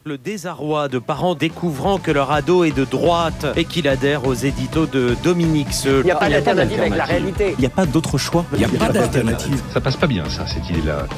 Le désarroi de parents découvrant que leur ado est de droite et qu'il adhère aux éditos de Dominique Seux. Il n'y a pas d'alternative avec la réalité. Il n'y a pas d'autre choix. Il n'y a pas d'alternative. Ça passe pas bien, ça, cette idée-là.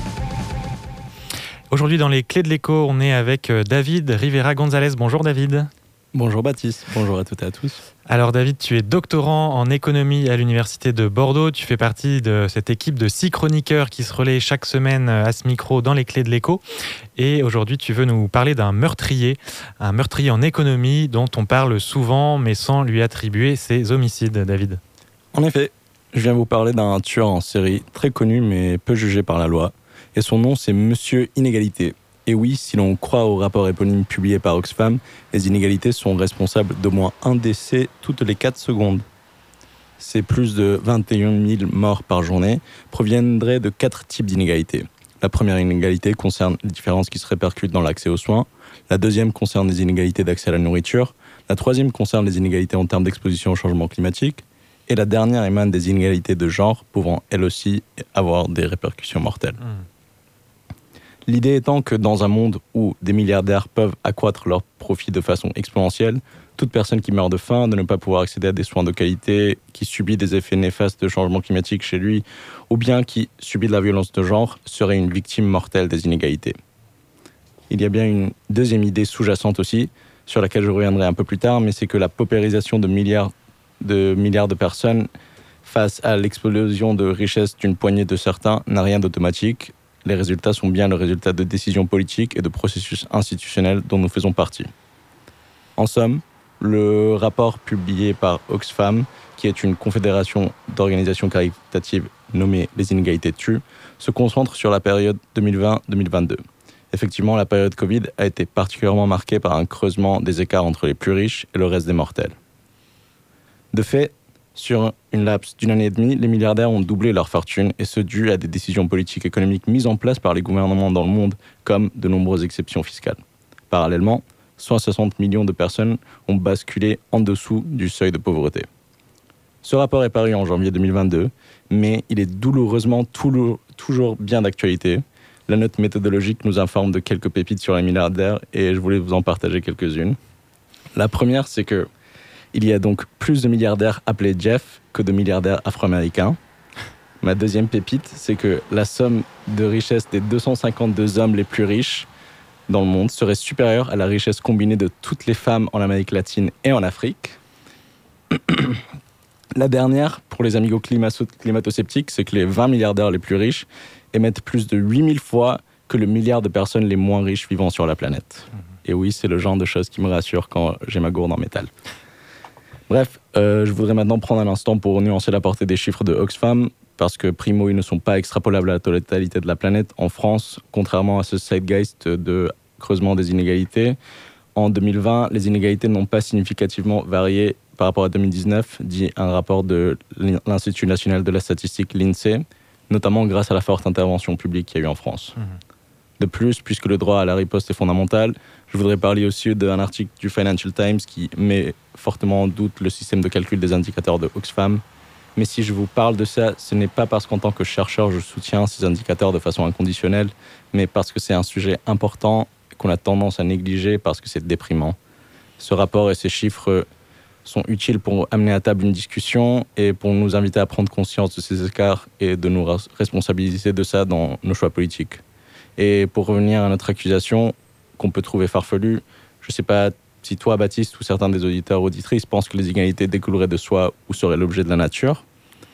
Aujourd'hui, dans les Clés de l'écho, on est avec David Rivera Gonzalez. Bonjour David. Bonjour Baptiste, bonjour à toutes et à tous. Alors David, tu es doctorant en économie à l'université de Bordeaux. Tu fais partie de cette équipe de 6 chroniqueurs qui se relaient chaque semaine à ce micro dans les Clés de l'écho. Et aujourd'hui, tu veux nous parler d'un meurtrier en économie dont on parle souvent mais sans lui attribuer ses homicides, David. En effet, je viens vous parler d'un tueur en série très connu mais peu jugé par la loi. Et son nom, c'est Monsieur Inégalité. Et oui, si l'on croit au rapport éponyme publié par Oxfam, les inégalités sont responsables d'au moins un décès toutes les 4 secondes. Ces plus de 21 000 morts par journée proviendraient de 4 types d'inégalités. La première inégalité concerne les différences qui se répercutent dans l'accès aux soins. La deuxième concerne les inégalités d'accès à la nourriture. La troisième concerne les inégalités en termes d'exposition au changement climatique. Et la dernière émane des inégalités de genre, pouvant elles aussi avoir des répercussions mortelles. L'idée étant que dans un monde où des milliardaires peuvent accroître leurs profits de façon exponentielle, toute personne qui meurt de faim, de ne pas pouvoir accéder à des soins de qualité, qui subit des effets néfastes de changement climatique chez lui, ou bien qui subit de la violence de genre, serait une victime mortelle des inégalités. Il y a bien une deuxième idée sous-jacente aussi, sur laquelle je reviendrai un peu plus tard, mais c'est que la paupérisation de milliards de personnes face à l'explosion de richesses d'une poignée de certains n'a rien d'automatique. Les résultats sont bien le résultat de décisions politiques et de processus institutionnels dont nous faisons partie. En somme, le rapport publié par Oxfam, qui est une confédération d'organisations caritatives nommée Les Inégalités tuent, se concentre sur la période 2020-2022. Effectivement, la période Covid a été particulièrement marquée par un creusement des écarts entre les plus riches et le reste des mortels. De fait, sur une laps d'une année et demie, les milliardaires ont doublé leur fortune, et ce dû à des décisions politiques et économiques mises en place par les gouvernements dans le monde, comme de nombreuses exceptions fiscales. Parallèlement, 160 millions de personnes ont basculé en dessous du seuil de pauvreté. Ce rapport est paru en janvier 2022, mais il est douloureusement toujours bien d'actualité. La note méthodologique nous informe de quelques pépites sur les milliardaires, et je voulais vous en partager quelques-unes. La première, c'est que il y a donc plus de milliardaires appelés Jeff que de milliardaires afro-américains. Ma deuxième pépite, c'est que la somme de richesse des 252 hommes les plus riches dans le monde serait supérieure à la richesse combinée de toutes les femmes en Amérique latine et en Afrique. La dernière, pour les amigos climato-sceptiques, c'est que les 20 milliardaires les plus riches émettent plus de 8000 fois que le milliard de personnes les moins riches vivant sur la planète. Et oui, c'est le genre de choses qui me rassure quand j'ai ma gourde en métal. Bref, je voudrais maintenant prendre un instant pour nuancer la portée des chiffres de Oxfam, parce que primo, ils ne sont pas extrapolables à la totalité de la planète. En France, contrairement à ce zeitgeist de creusement des inégalités, en 2020, les inégalités n'ont pas significativement varié par rapport à 2019, dit un rapport de l'Institut national de la statistique, l'INSEE, notamment grâce à la forte intervention publique qu'il y a eu en France. De plus, puisque le droit à la riposte est fondamental, je voudrais parler aussi d'un article du Financial Times qui met fortement en doute le système de calcul des indicateurs de Oxfam. Mais si je vous parle de ça, ce n'est pas parce qu'en tant que chercheur, je soutiens ces indicateurs de façon inconditionnelle, mais parce que c'est un sujet important qu'on a tendance à négliger parce que c'est déprimant. Ce rapport et ces chiffres sont utiles pour amener à table une discussion et pour nous inviter à prendre conscience de ces écarts et de nous responsabiliser de ça dans nos choix politiques. Et pour revenir à notre accusation, qu'on peut trouver farfelue, je ne sais pas si toi, Baptiste, ou certains des auditeurs auditrices pensent que les inégalités découleraient de soi ou seraient l'objet de la nature.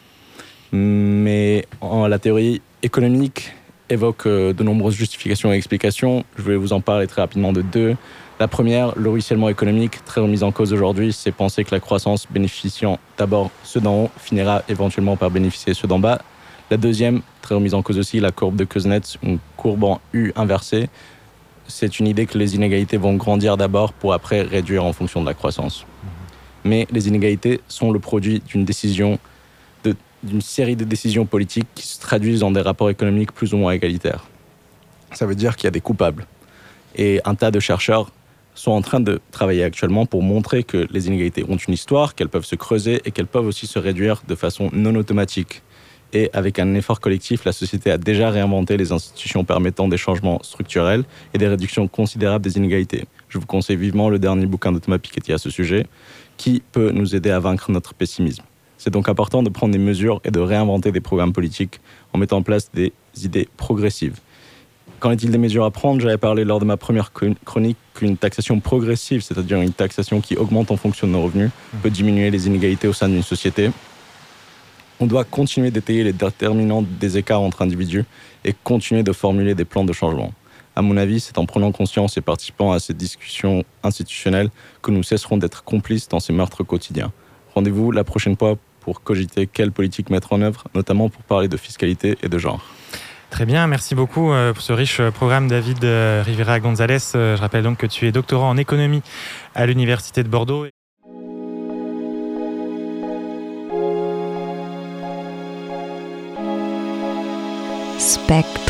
Mais la théorie économique évoque de nombreuses justifications et explications. Je vais vous en parler très rapidement de 2. La première, le ruissellement économique, très remis en cause aujourd'hui, c'est penser que la croissance bénéficiant d'abord ceux d'en haut finira éventuellement par bénéficier ceux d'en bas. La deuxième, très remise en cause aussi, la courbe de Kuznets, une courbe en U inversée. C'est une idée que les inégalités vont grandir d'abord pour après réduire en fonction de la croissance. Mais les inégalités sont le produit d'une série de décisions politiques qui se traduisent dans des rapports économiques plus ou moins égalitaires. Ça veut dire qu'il y a des coupables. Et un tas de chercheurs sont en train de travailler actuellement pour montrer que les inégalités ont une histoire, qu'elles peuvent se creuser et qu'elles peuvent aussi se réduire de façon non automatique. Et avec un effort collectif, la société a déjà réinventé les institutions permettant des changements structurels et des réductions considérables des inégalités. Je vous conseille vivement le dernier bouquin de Thomas Piketty à ce sujet, qui peut nous aider à vaincre notre pessimisme. C'est donc important de prendre des mesures et de réinventer des programmes politiques en mettant en place des idées progressives. Qu'en est-il des mesures à prendre ? J'avais parlé lors de ma première chronique qu'une taxation progressive, c'est-à-dire une taxation qui augmente en fonction de nos revenus, peut diminuer les inégalités au sein d'une société. On doit continuer d'étayer les déterminants des écarts entre individus et continuer de formuler des plans de changement. À mon avis, c'est en prenant conscience et participant à ces discussions institutionnelles que nous cesserons d'être complices dans ces meurtres quotidiens. Rendez-vous la prochaine fois pour cogiter quelle politique mettre en œuvre, notamment pour parler de fiscalité et de genre. Très bien, merci beaucoup pour ce riche programme, David Rivera González. Je rappelle donc que tu es doctorant en économie à l'Université de Bordeaux. Spectre.